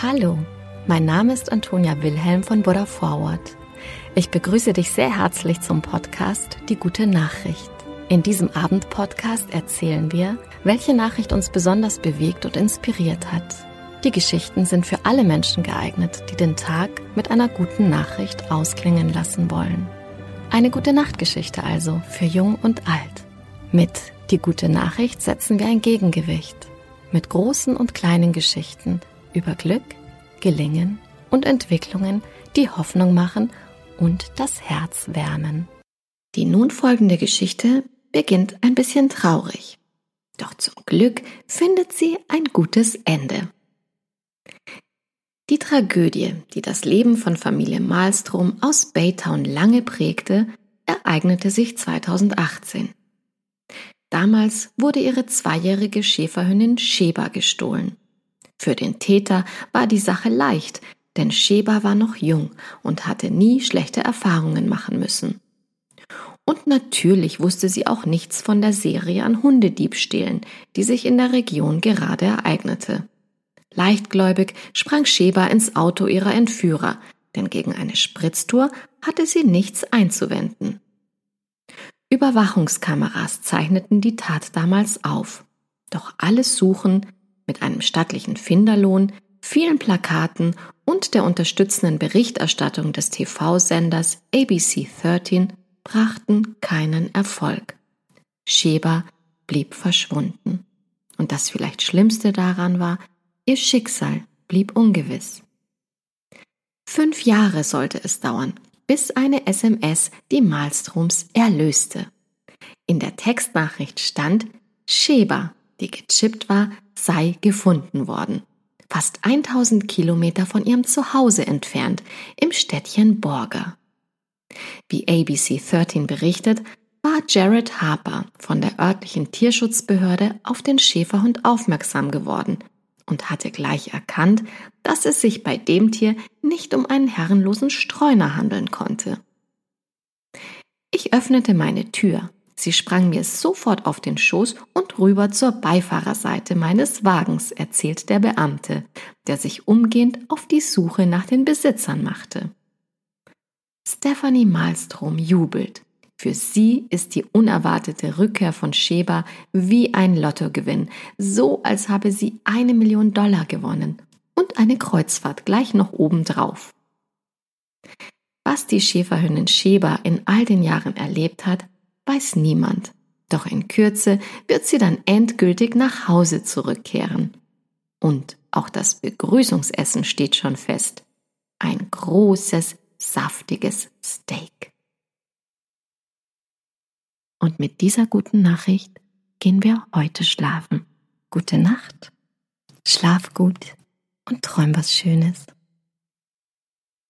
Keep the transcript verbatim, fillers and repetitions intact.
Hallo, mein Name ist Antonia Wilhelm von Buddha Forward. Ich begrüße dich sehr herzlich zum Podcast Die gute Nachricht. In diesem Abendpodcast erzählen wir, welche Nachricht uns besonders bewegt und inspiriert hat. Die Geschichten sind für alle Menschen geeignet, die den Tag mit einer guten Nachricht ausklingen lassen wollen. Eine gute Nachtgeschichte also für Jung und Alt. Mit Die gute Nachricht setzen wir ein Gegengewicht. Mit großen und kleinen Geschichten über Glück, Gelingen und Entwicklungen, die Hoffnung machen und das Herz wärmen. Die nun folgende Geschichte beginnt ein bisschen traurig. Doch zum Glück findet sie ein gutes Ende. Die Tragödie, die das Leben von Familie Malmstrom aus Baytown lange prägte, ereignete sich zweitausendachtzehn. Damals wurde ihre zweijährige Schäferhündin Sheba gestohlen. Für den Täter war die Sache leicht, denn Sheba war noch jung und hatte nie schlechte Erfahrungen machen müssen. Und natürlich wusste sie auch nichts von der Serie an Hundediebstählen, die sich in der Region gerade ereignete. Leichtgläubig sprang Sheba ins Auto ihrer Entführer, denn gegen eine Spritztour hatte sie nichts einzuwenden. Überwachungskameras zeichneten die Tat damals auf. Doch alles Suchen mit einem stattlichen Finderlohn, vielen Plakaten und der unterstützenden Berichterstattung des T V-Senders A B C dreizehn brachten keinen Erfolg. Sheba blieb verschwunden. Und das vielleicht Schlimmste daran war, ihr Schicksal blieb ungewiss. Fünf Jahre sollte es dauern, bis eine S M S die Malmstroms erlöste. In der Textnachricht stand, Sheba, die gechippt war, sei gefunden worden. Fast tausend Kilometer von ihrem Zuhause entfernt, im Städtchen Borger. Wie A B C dreizehn berichtet, war Jared Harper von der örtlichen Tierschutzbehörde auf den Schäferhund aufmerksam geworden und hatte gleich erkannt, dass es sich bei dem Tier nicht um einen herrenlosen Streuner handeln konnte. Ich öffnete meine Tür. Sie sprang mir sofort auf den Schoß und rüber zur Beifahrerseite meines Wagens, erzählt der Beamte, der sich umgehend auf die Suche nach den Besitzern machte. Stephanie Malmstrom jubelt. Für sie ist die unerwartete Rückkehr von Sheba wie ein Lottogewinn, so als habe sie eine Million Dollar gewonnen und eine Kreuzfahrt gleich noch obendrauf. Was die Schäferhündin Sheba in all den Jahren erlebt hat, weiß niemand. Doch in Kürze wird sie dann endgültig nach Hause zurückkehren. Und auch das Begrüßungsessen steht schon fest. Ein großes, saftiges Steak. Und mit dieser guten Nachricht gehen wir heute schlafen. Gute Nacht, schlaf gut und träum was Schönes.